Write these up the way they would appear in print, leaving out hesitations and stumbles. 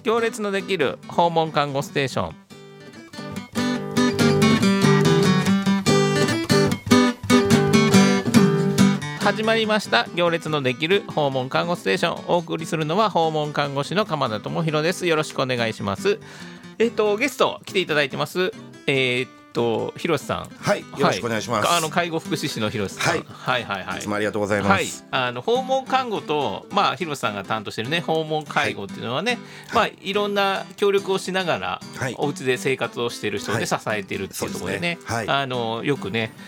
行列のできる訪問看護ステーション。始まりました。行列のできる訪問看護ステーション。お送りするのは訪問看護師の鎌田智博です。よろしくお願いします。ゲスト来ていただいてます。広瀬さん、 はい、よろしくお願いします。 介護福祉士の広瀬さん、はい、 いつもありがとうございます。 はい、訪問看護と、広瀬さんが担当してるね訪問介護っていうのはね、いろんな協力をしながら、お家で生活をしている人で支えているっていうところでね、よくね、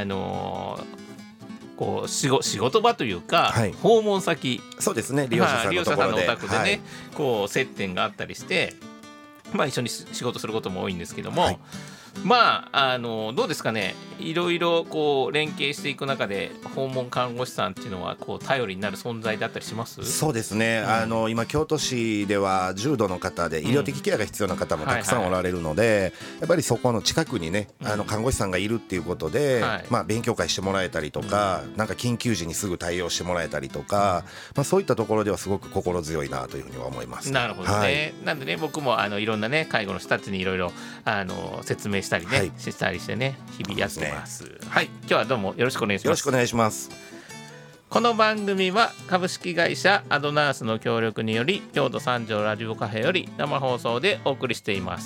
こう仕事場というか、訪問先、 そうですね、利用者さんのところで、 利用者さんのお宅でね、こう接点があったりして、一緒に仕事することも多いんですけども、どうですかね、いろいろこう連携していく中で訪問看護師さんっていうのはこう頼りになる存在だったりします？ そうですね、今京都市では重度の方で医療的ケアが必要な方もたくさんおられるので、やっぱりそこの近くにね、看護師さんがいるっていうことで、勉強会してもらえたりとか、なんか緊急時にすぐ対応してもらえたりとか、そういったところではすごく心強いなというふうには思います。 なるほどね、なんでね、僕もいろんなね介護の人たちにいろいろ説明したりね、したりしてね、日々やってます。はい、今日はどうもよろしくお願いします。 よろしくお願いします。 この番組は株式会社アドナースの協力により、京都三条ラジオカフェより生放送でお送りしています。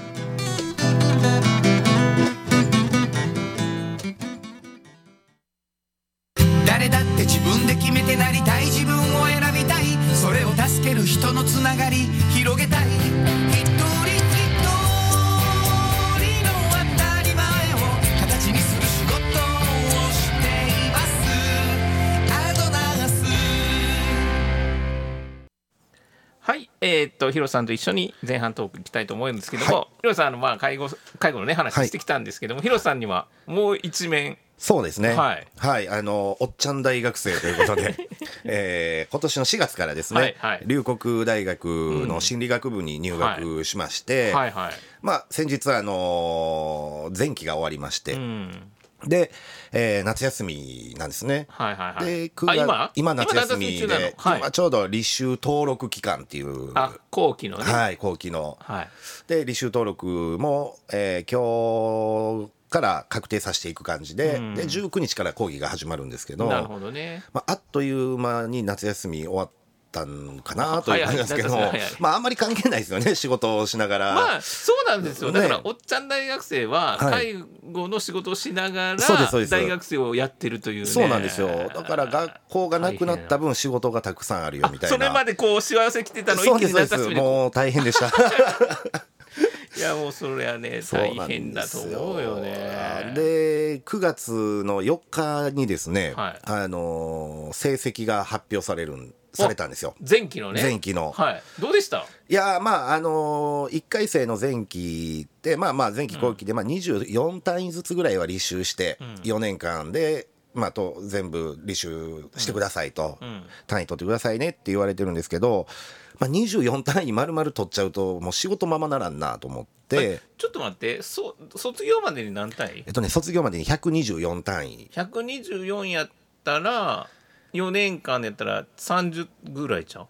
誰だって自分で決めてなりたい、自分を選びたい、それを助ける人のつながり広げたい、 はい、広瀬さんと一緒に前半トークいきたいと思うんですけども、広瀬さん介護のね話してきたんですけども、広瀬さんにはもう一面。 そうですね、おっちゃん大学生ということで、今年の4月からですね、龍谷大学の心理学部に入学しまして、先日前期が終わりまして、で、夏休みなんですね。で、今夏休みで、今ちょうど履修登録期間っていう、 後期のね、 後期の、で履修登録も、今日から確定させていく感じで、で19日から講義が始まるんですけど、 なるほどね、 あっという間に夏休み終わったんかなという感じですけど、あんまり関係ないですよね、仕事をしながら。 そうなんですよ、だからおっちゃん大学生は介護の仕事をしながら大学生をやってるというね。 そうなんですよ、だから学校がなくなった分仕事がたくさんあるよみたいな。 それまでこう幸せ来てたの一気に夏休みでもう大変でしたいやもうそれはね大変だと思うよね。 で9月の4日にですね、成績が発表されたんですよ。 前期のね。 前期の、 どうでした？ いや1回生の前期って前期後期で24単位ずつぐらいは履修して、4年間で全部履修してくださいと、単位取ってくださいねって言われてるんですけど、24単位丸々取っちゃうともう仕事ままならんなと思って。 ちょっと待って、卒業までに何単位？ 卒業までに124単位。 124やったら4年間やったら30ぐらいちゃう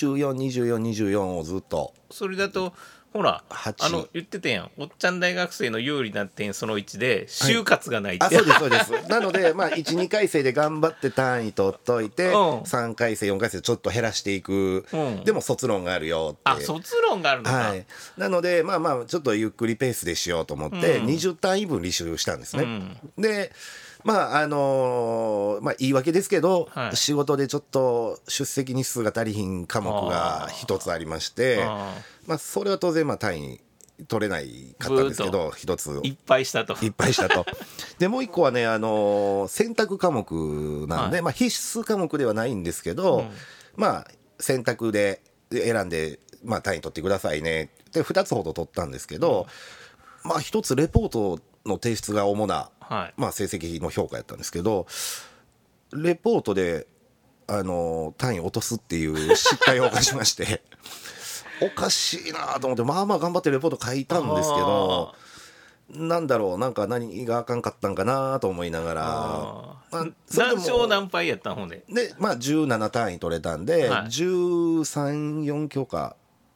？24をずっと。 それだとほら言ってたやん、おっちゃん大学生の有利な点その1で就活がないって、 そうですなので1,2 回生で頑張って単位取っといて、3回生4回生ちょっと減らしていく、でも卒論があるよって。 卒論があるのか、 なのでちょっとゆっくりペースでしようと思って、20単位分履修したんですね。で言い訳ですけど、仕事でちょっと出席日数が足りひん科目が一つありまして、それは当然単位取れないかったんですけど、一ついっぱいしたとでもう一個はね、選択科目なんで、必須科目ではないんですけど、選択で選んで、単位取ってくださいねで2つほど取ったんですけど、一つレポートの提出が主な、成績の評価やったんですけど、レポートで単位落とすっていう失態を犯しましておかしいなと思って、頑張ってレポート書いたんですけど、何があかんかったんかなと思いながら、 何勝何敗やったんほんで 17単位取れたんで、13、4教科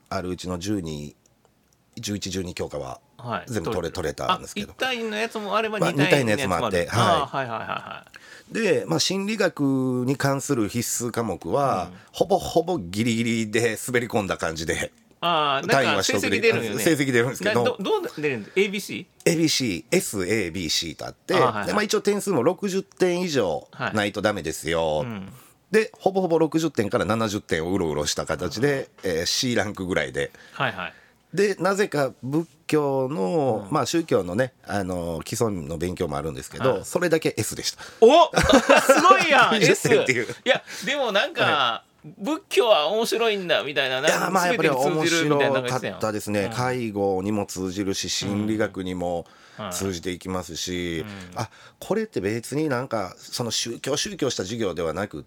あるうちの11、12教科は全部取れたんですけど、 1単位のやつもあれば2 単位のやつもあって、で、心理学に関する必須科目は、ほぼほぼギリギリで滑り込んだ感じでなんか成績出るよね。 成績出るんですけど、 どう出るんですか？ ABC、SABC とあって、で一応点数も60点以上ないとダメですよ、でほぼほぼ60点から70点をうろうろした形で、C ランクぐらいで、でなぜか仏教の、宗教のね、基礎の勉強もあるんですけど、それだけ S でした。 おすごいやんS っていう。 いやでもなんか、仏教は面白いんだみたいな、 やっぱり面白かったですね。介護にも通じるし、心理学にも通じていきますし、これって別になんかその宗教した授業ではなくって、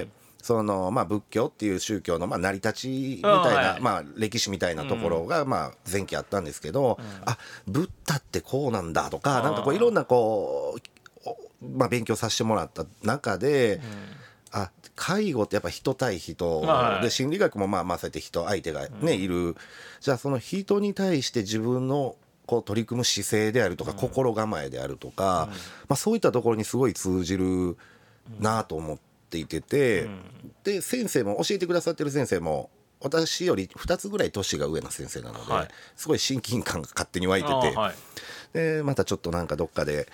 その仏教っていう宗教の成り立ちみたいな、歴史みたいなところが前期あったんですけど、ブッダってこうなんだとか、なんかこういろんなこう、勉強させてもらった中で、介護ってやっぱ人対人で、心理学もそうやって人相手がねいる。じゃあその人に対して自分のこう取り組む姿勢であるとか、心構えであるとか、そういったところにすごい通じるなと思っていて、で先生も教えてくださってる先生も私より2つぐらい年が上の先生なので、すごい親近感が勝手に湧いてて、でまたちょっとなんかどっかで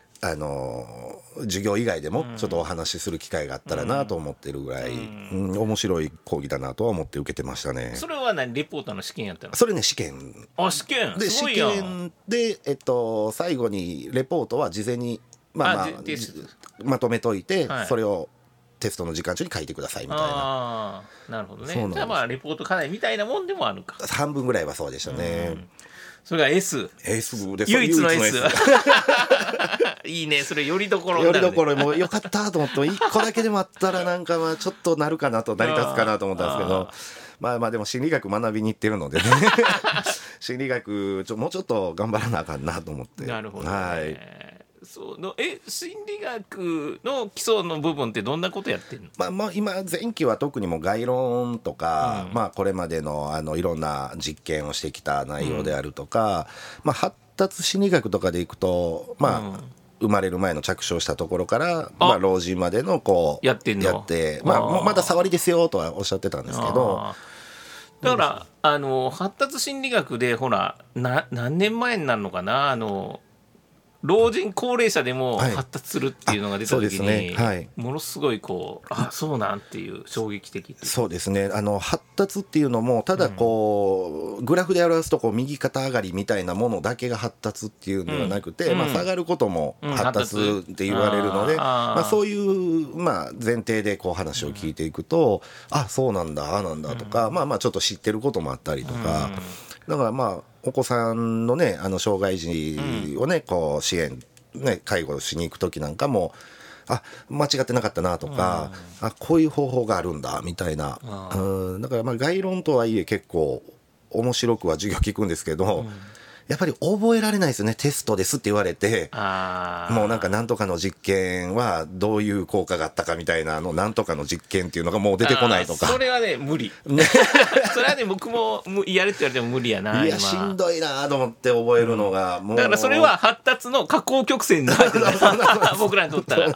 授業以外でもちょっとお話しする機会があったらなと思ってるぐらい、面白い講義だなとは思って受けてましたね。 それは何レポーターの試験やったの？ それね試験で、試験で、最後にレポートは事前にまとめといて、それをテストの時間中に書いてくださいみたいな。 なるほどね。じゃあレポート課題みたいなもんでもあるか。 半分ぐらいはそうでしたね。 それが S で唯一の S いいね、それよりどころよりどころもよかったと思って、1個だけでもあったらなんかちょっとなるかなと、成り立つかなと思ったんですけど、でも心理学学びに行ってるのでね心理学もうちょっと頑張らなあかんなと思って。 なるほどね。心理学の基礎の部分ってどんなことやってるの？ 今前期は特にも概論とか、これまでのいろんな実験をしてきた内容であるとか、発達心理学とかでいくと生まれる前の着床したところから、老人までのこうやってまだ触りですよとはおっしゃってたんですけど、 だから発達心理学でほら何年前になるのかな、老人高齢者でも発達するっていうのが出た時に、ものすごいこうそうなんっていう衝撃的っていう。 そうですね。発達っていうのもただこう、グラフで表すとこう右肩上がりみたいなものだけが発達っていうのではなくて、下がることも発達って言われるので、そういう前提でこう話を聞いていくと、そうなんだなんだとか、ちょっと知ってることもあったりとか、だからお子さんのね障害児をねこう支援ね介護しに行く時なんかも間違ってなかったなとか、こういう方法があるんだみたいな、だから概論とはいえ結構面白くは授業聞くんですけど、やっぱり覚えられないですよね。テストですって言われて、もうなんとかの実験はどういう効果があったかみたいななんとかの実験っていうのがもう出てこないとか、 それはね無理それはね僕もやれって言われても無理やな。 いやしんどいなと思って覚えるのが、もうだからそれは発達の下降曲線になってる僕らにとったら。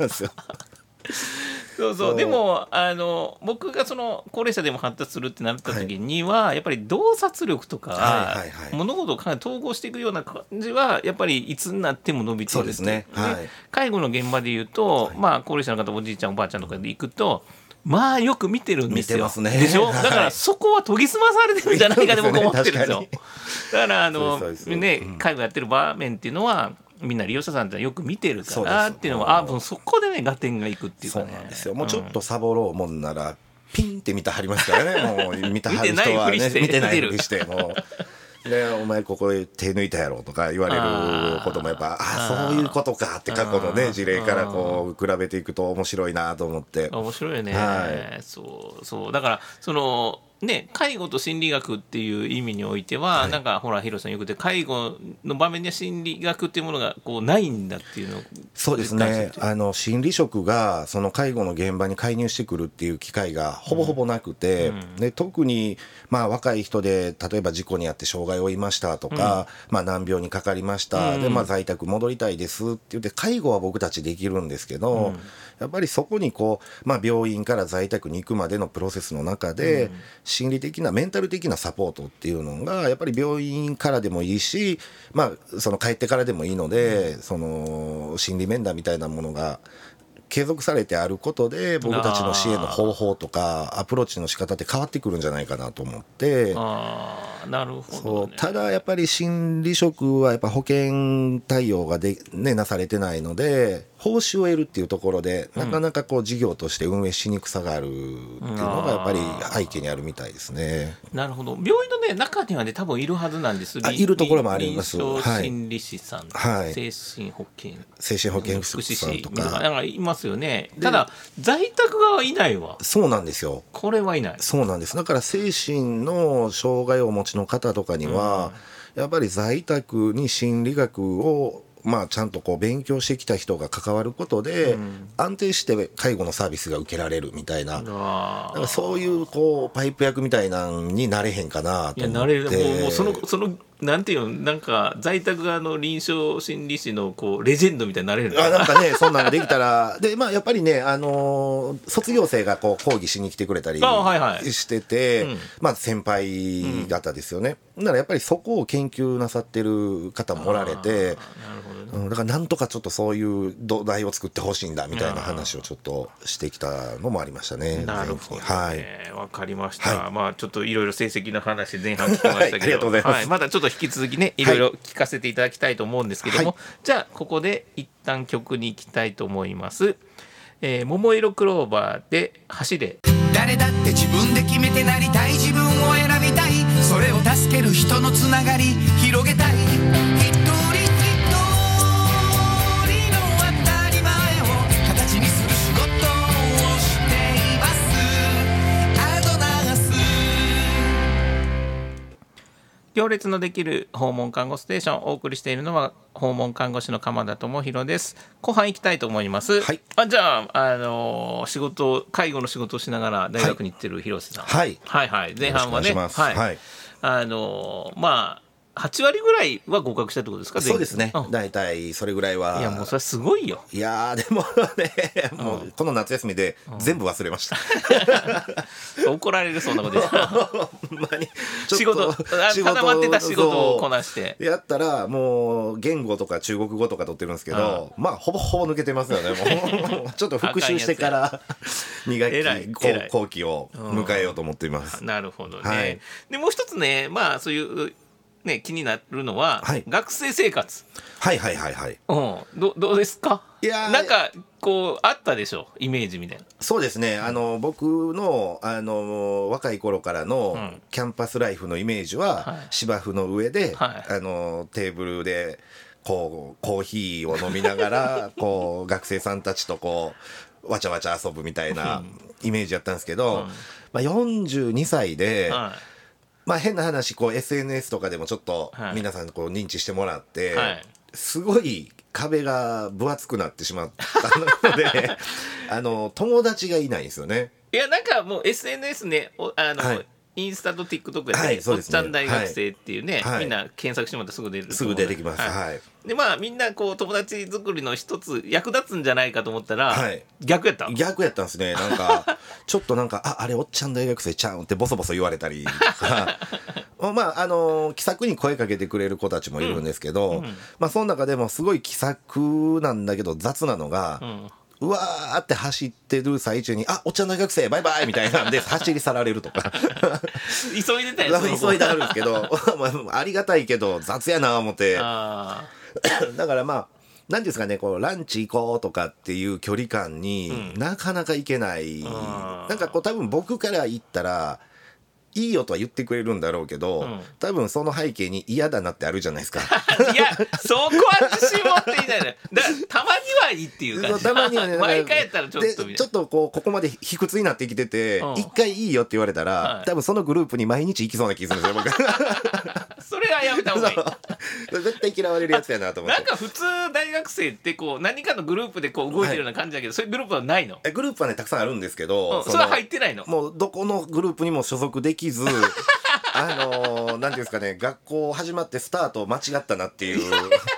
そうでも僕がその高齢者でも発達するってなった時には、やっぱり洞察力とか、物事をかなり統合していくような感じはやっぱりいつになっても伸びている。 そうですね。 介護の現場でいうと、高齢者の方おじいちゃんおばあちゃんとかで行くとよく見てるんですよ。 見てますね。 でしょ。だからそこは研ぎ澄まされてるんじゃないかと僕思ってるんですよ。だから介護やってる場面っていうのはみんな利用者さんってよく見てるからっていうのはそこでね合点がいくっていうかね。 そうなんですよ。もうちょっとサボろうもんならピンって見たはりますからね。もう見たはる人はね見てないふりしてもでお前ここで手抜いたやろとか言われることもやっぱそういうことかって過去のね事例からこう比べていくと面白いなと思って。 面白いよね。そうだからそのね、介護と心理学っていう意味においては、なんかほらヒロさんよく言って介護の場面には心理学っていうものがこうないんだっていうのをそうですね、心理職がその介護の現場に介入してくるっていう機会がほぼほぼなくて、で特にまあ若い人で例えば事故に遭って障害を負いましたとか、まあ、難病にかかりました、でまあ、在宅戻りたいですって言って介護は僕たちできるんですけど、やっぱりそこにこう、まあ、病院から在宅に行くまでのプロセスの中で、心理的なメンタル的なサポートっていうのがやっぱり病院からでもいいし、まあ、その帰ってからでもいいので、その心理面談みたいなものが継続されてあることで僕たちの支援の方法とかアプローチの仕方って変わってくるんじゃないかなと思って。 なるほど、ね、 そうただやっぱり心理職はやっぱ保険対応がなされてないので報酬を得るっていうところで、なかなかこう事業として運営しにくさがあるっていうのがやっぱり背景にあるみたいですね。 なるほど。病院の、ね、中には、ね、多分いるはずなんです。 いるところもあります。 臨床心理士さん、 はい、 精神保健福祉士さんとかなんかいますよね。ただ在宅側はいないわ。 そうなんですよ。 これはいない。 そうなんです。だから精神の障害をお持ちの方とかには、やっぱり在宅に心理学をまあ、ちゃんとこう勉強してきた人が関わることで、安定して介護のサービスが受けられるみたいな、だからそういうこうパイプ役みたいなんになれへんかなと思って。いやなれる。 もうそのなんていうの、なんか在宅側の臨床心理士のこうレジェンドみたいになれる。 なんかねそんなのができたらで、まあ、やっぱりね、卒業生がこう講義しに来てくれたりしてて、まあ、先輩方ですよね。だからやっぱりそこを研究なさってる方もおられて、だからなんとかちょっとそういう土台を作ってほしいんだみたいな話をちょっとしてきたのもありましたね。 なるほどね、 はい、 わかりました、まあちょっといろいろ成績の話前半聞きましたけど、 ありがとうございます、 まだちょっと引き続きねいろいろ聞かせていただきたいと思うんですけども、じゃあここで一旦曲に行きたいと思います。桃色クローバーで走れ。 誰だって自分で決めてなりたい、自分を選びたい、それを助ける人のつながり広げたい、一人の当たり前を形にする仕事をしています。アドナース。 行列のできる訪問看護ステーション、お送りしているのは訪問看護師の鎌田智博です。後半行きたいと思います、じゃあ、介護の仕事をしながら大学に行ってる広瀬さん、はい前半はね、まあ8割ぐらいは合格したってことですか？ そうですね、大体それぐらいは。 いやもうそれすごいよ。 いやでもね、もうこの夏休みで全部忘れました、 怒られる、そんなことほんまに仕事固まってた仕事をこなしてやったら、もう言語とか中国語とか取ってるんですけど、まあほぼほぼ抜けてますよね。もうちょっと復習してから2学期後期を迎えようと思っています。 なるほどね、でもう一つね、まあそういうね、気になるのは、学生生活。どうですか？いやなんかこうあったでしょ、イメージみたいな。 そうですね、僕の、若い頃からのキャンパスライフのイメージは、芝生の上で、テーブルでこうコーヒーを飲みながらこう学生さんたちとこうわちゃわちゃ遊ぶみたいなイメージやったんですけど、まあ、42歳で、まあ、変な話こう SNS とかでもちょっと皆さんこう認知してもらって、すごい壁が分厚くなってしまったので友達がいないんですよね。 いやなんかもう SNS ね、インスタと TikTok で、おっちゃん大学生っていうね、みんな検索してもらったらすぐ出る。 すぐ出てきます。 でまあみんなこう友達作りの一つ役立つんじゃないかと思ったら、逆やったんですね。なんかちょっとなんかあれおっちゃん大学生ちゃうんってボソボソ言われたりまあ気さくに声かけてくれる子たちもいるんですけど、まあその中でもすごい気さくなんだけど雑なのが、うわーって走ってる最中におっちゃん大学生バイバイみたいなんで走り去られるとか急いでたよ。 急いであるんですけどありがたいけど雑やな思ってだからまあ何ですかね、こうランチ行こうとかっていう距離感になかなか行けない、なんかこう多分僕から言ったらいいよとは言ってくれるんだろうけど、多分その背景に嫌だなってあるじゃないですか。 いやそこは自信持っていないね。だからたまにはいいっていう感じ。 たまにはね、 毎回やったらちょっとみたいな。 ちょっとここまで卑屈になってきてて、一回いいよって言われたら、多分そのグループに毎日行きそうな気がするんですよ僕。 それはやめた方がいい。 絶対嫌われるやつやなと思って。 なんか普通大学生ってこう何かのグループでこう動いてるような感じだけど、そういうグループはないの？ グループはねたくさんあるんですけど、 それは入ってないの？ もうどこのグループにも所属できずなんていうんですかね、学校始まってスタート間違ったなっていう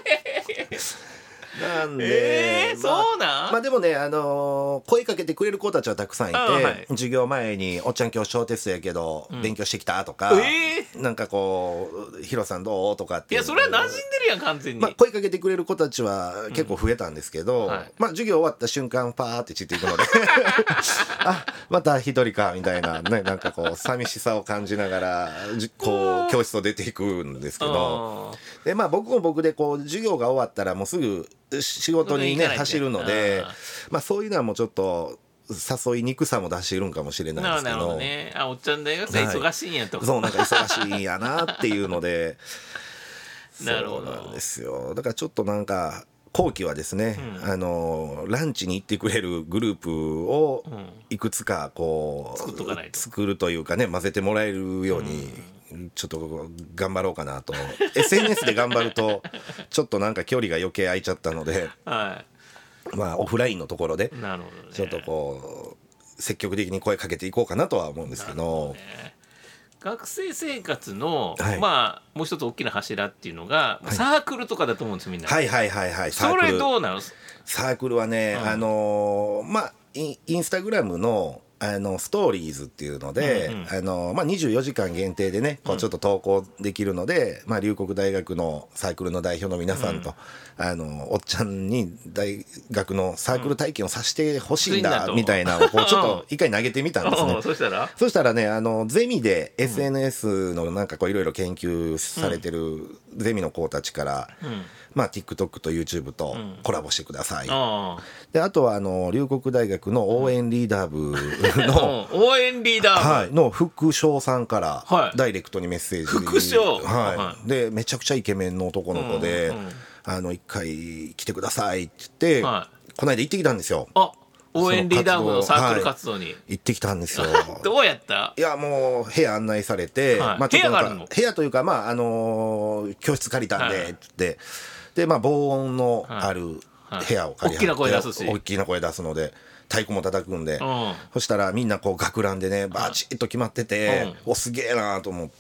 なんで、 そうなん？ まあでもね、声かけてくれる子たちはたくさんいて、 はい、 授業前におっちゃん今日小テストやけど、勉強してきたとか、なんかこうヒロさんどうとかって。 いやそれは馴染んでるやん完全に。 まあ、声かけてくれる子たちは結構増えたんですけど、まあ授業終わった瞬間パーって散っていくのであまた一人かみたいなね、なんかこう寂しさを感じながらこう教室を出ていくんですけど、でまあ僕も僕でこう授業が終わったらもうすぐ仕事にね走るので、まあそういうのはもうちょっと誘いにくさも出しているんかもしれないですけど。 なるほどね。おっちゃん大学生忙しいんやと、 そうなんか忙しいんやなっていうのでなるほど。 そうなんですよ。だからちょっとなんか後期はですね、ランチに行ってくれるグループをいくつかこう作るというかね、混ぜてもらえるようにちょっと頑張ろうかなと。SNS で頑張るとちょっとなんか距離が余計空いちゃったので、まあオフラインのところでちょっとこう積極的に声かけていこうかなとは思うんですけど。 学生生活の、まあもう一つ大きな柱っていうのが、サークルとかだと思うんですよみんな。 はいはいはいはい。 それどうなの？ サークルはね、まあインスタグラムのストーリーズっていうので、まあ、24時間限定でねこうちょっと投稿できるので、まあ、龍谷大学のサークルの代表の皆さんと、おっちゃんに大学のサークル体験をさせてほしいんだみたいなのをこうちょっと一回投げてみたんですね。そしたらねゼミで SNS のなんかこういろいろ研究されてるゼミの子たちから、まあ、TikTok と YouTube とコラボしてください、であとは龍谷大学の応援リーダー部の応援リーダー部、 の副将さんからダイレクトにメッセージ、 副将、 でめちゃくちゃイケメンの男の子で、一回来てくださいって言って、この間行ってきたんですよ。 応援リーダー部のサークル活動に、 行ってきたんですよ。 どうやった？ いやもう部屋案内されて、まあ、ちょっとなんか部屋というか、まあ教室借りたんでって、でまあ防音のある部屋を借りて、大きな声出すので太鼓も叩くんで、そしたらみんなこう学ランでねバチッと決まってて、すげえなと思って、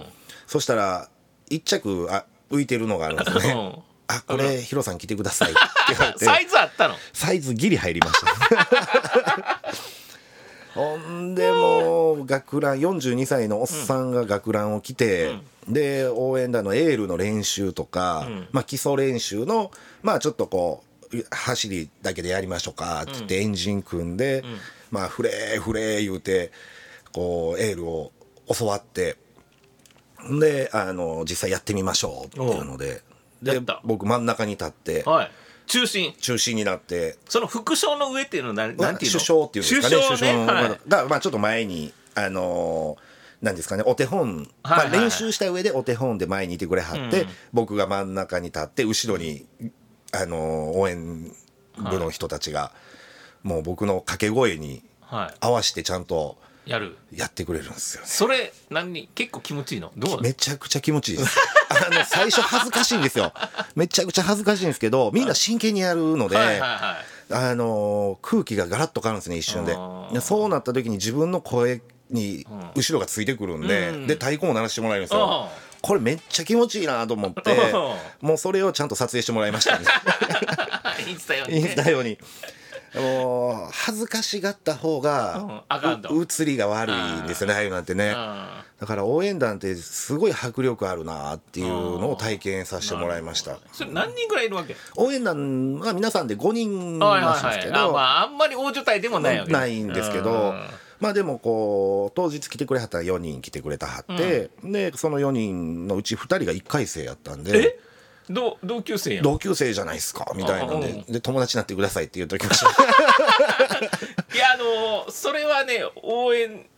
そしたら一着浮いてるのがあるんですね。これヒロさん来てくださいって言われてサイズあったの？ サイズギリ入りましたほんでもう学ラン42歳のおっさんが学ランを着て、で応援団のエールの練習とか、まあ基礎練習のまあちょっとこう走りだけでやりましょうかって言ってエンジン組んで、まあフレーフレー言うてこうエールを教わって、で実際やってみましょうっていうので、で僕真ん中に立って、中心になって、 その副将の上っていうのはなんていうの？ 首相っていうんですかね。首相がまあちょっと前になんですかね、お手本、まあ、練習した上でお手本で前にいてくれはって、僕が真ん中に立って後ろに応援部の人たちがもう僕の掛け声に合わせてちゃんとやってくれるんですよね。 それ結構気持ちいいの？どう？ めちゃくちゃ気持ちいいです最初恥ずかしいんですよ。めちゃくちゃ恥ずかしいんですけど、みんな真剣にやるので、空気がガラッと変わるんですね、一瞬で。そうなった時に自分の声に後ろがついてくるんで、で太鼓も鳴らしてもらえるんですよ。これめっちゃ気持ちいいなと思って、もうそれをちゃんと撮影してもらいましたねインスタ用にもう恥ずかしがった方が映りが悪いんですよね、ああいうなんてね。だから応援団ってすごい迫力あるなっていうのを体験させてもらいました。 それ何人ぐらいいるわけ？ 応援団は皆さんで5人らしいんですけど、 あんまり大所帯でもないわけないんですけど、まあでもこう当日来てくれはったら4人来てくれたはって、でその4人のうち2人が1回生やったんで、 同級生やん。 同級生じゃないですかみたいなんで、友達になってくださいって言うときましたいやそれはね応援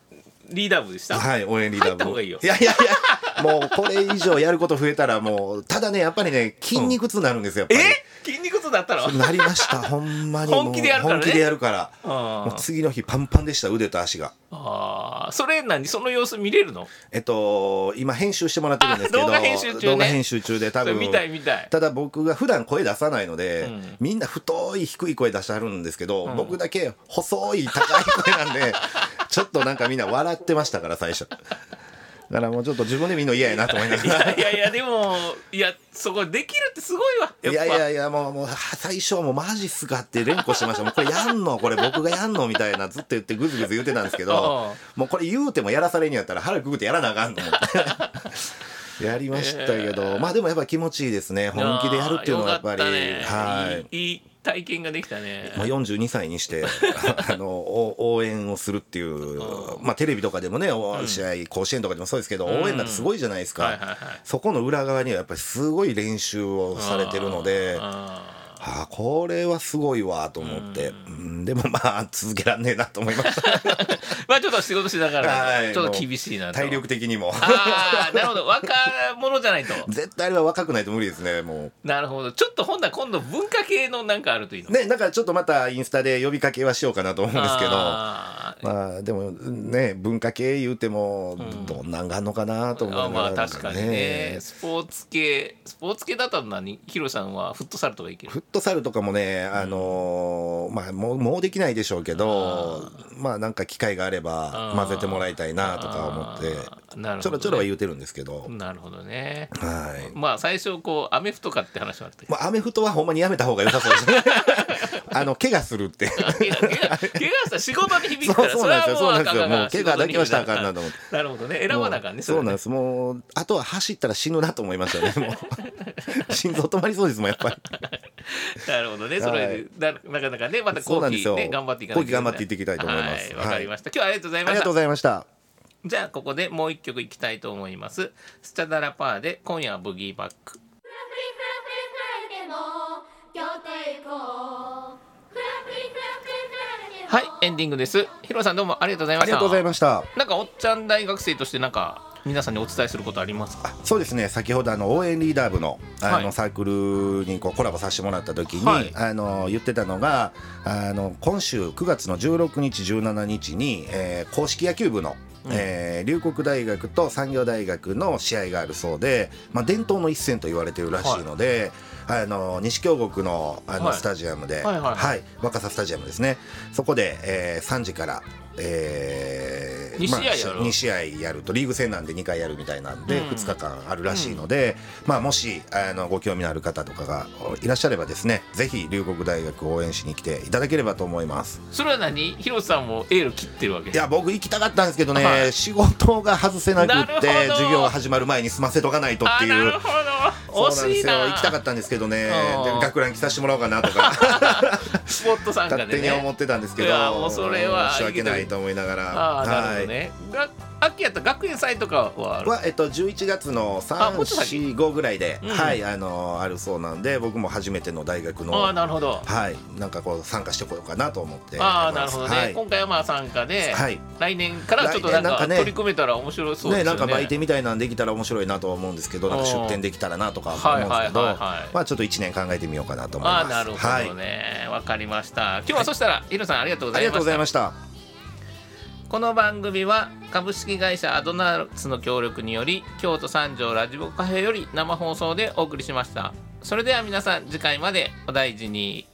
リーダー部でした。 はい、応援リーダー部。 入った方がいいよ。 いやもうこれ以上やること増えたらもうただねやっぱりね筋肉痛になるんですよ、やっぱり。 筋肉痛だったの？ なりましたほんまに。もう本気でやるからね。 本気でやるから。もう次の日パンパンでした、腕と足が。 それその様子見れるの？ 今編集してもらってるんですけど、 動画編集中ね。 動画編集中で多分見たい。 ただ僕が普段声出さないので、みんな太い低い声出してはるんですけど、僕だけ細い高い声なんでちょっとなんかみんな笑ってましたから最初。だからもうちょっと自分で見るの嫌やなと思いながら。 いやでもそこできるってすごいわ。 いやもう最初もうマジっすかって連呼してました。もうこれやんのこれ僕がやんのみたいなずっと言ってグズグズ言ってたんですけどもうこれ言うてもやらされにやったら腹くぐってやらなあかんと思ってやりましたけど、まあでもやっぱ気持ちいいですね、本気でやるっていうのはやっぱり。 いい体験ができたね。 42歳にして応援をするっていう、テレビとかでもね試合甲子園とかでもそうですけど、応援なんてすごいじゃないですか。そこの裏側にはやっぱりすごい練習をされてるので、これはすごいわと思って、でも続けらんねえなと思いました。 ちょっと仕事しながらちょっと厳しいなと。 体力的にも。 なるほど、若者じゃないと。 絶対あれは若くないと無理ですね、もう。 なるほど、ちょっと今度文化系のなんかあるといいのね。だからちょっとまたインスタで呼びかけはしようかなと思うんですけど、でもね文化系言うてもどんなんがあんのかなと思いながら。 確かにね。スポーツ系だったらヒロさんはフットサルとかいける？ フットサルとかもねもうできないでしょうけど、なんか機会があれば混ぜてもらいたいなとか思ってちょろちょろは言うてるんですけど。 なるほどね。 はい。 最初アメフトかって話はあったけど、 アメフトはほんまにやめた方が良さそうですね。怪我するって。怪我したら仕事に響くから。 そうなんですよ。もう怪我だけはしたらあかんなと思って。 なるほどね。選ばなあかんね。 そうなんです。もうあとは走ったら死ぬなと思いましたね。もう心臓止まりそうですもんやっぱり。 なるほどね。それでなかなかねまた後期ね頑張っていかないと。 後期頑張っていっていきたいと思います。 わかりました。今日はありがとうございました。 ありがとうございました。 じゃあここでもう一曲いきたいと思います。スチャダラパーで今夜はブギーバック。はい、エンディングです。ヒロさんどうもありがとうございました。 ありがとうございました。 なんかおっちゃん大学生としてなんか皆さんにお伝えすることありますか？ そうですね、先ほど応援リーダー部の、サークルにコラボさせてもらった時に、言ってたのが今週9月の16日17日に、硬式野球部の龍谷大学と産業大学の試合があるそうで、伝統の一戦と言われているらしいので、西京極のスタジアムで、若狭スタジアムですね、そこで、3時から、2試合やると、リーグ戦なんで2回やるみたいなんで、2日間あるらしいので、もしご興味のある方とかがいらっしゃればですね、ぜひ龍谷大学を応援しに来ていただければと思います。 それは広瀬さんもエール切ってるわけ？ いや僕行きたかったんですけどね、仕事が外せなくって授業が始まる前に済ませとかないとっていう。 なるほど、惜しいな。 行きたかったんですけどね、学ラン着させてもらおうかなとかスポット参加でね勝手に思ってたんですけど、 もうそれは申し訳ないと思いながら。 なるほどね。秋やった学園祭とかはある 11月の3、4、5ぐらいで、あるそうなんで、僕も初めての大学のなるほど、 なんか参加してこようかなと思ってなるほどね。今回は参加で、来年からちょっとなんか取り組めたら面白そうですよね。 なんか売店みたいなんできたら面白いなと思うんですけど、なんか出店できたらなとか思うんですけど、ちょっと1年考えてみようかなと思います。 なるほどね、わかりました。今日はそしたらヒロさんありがとうございました。 ありがとうございました。 この番組は株式会社アドナーツの協力により京都三条ラジオカフェより生放送でお送りしました。それでは皆さん次回までお大事に。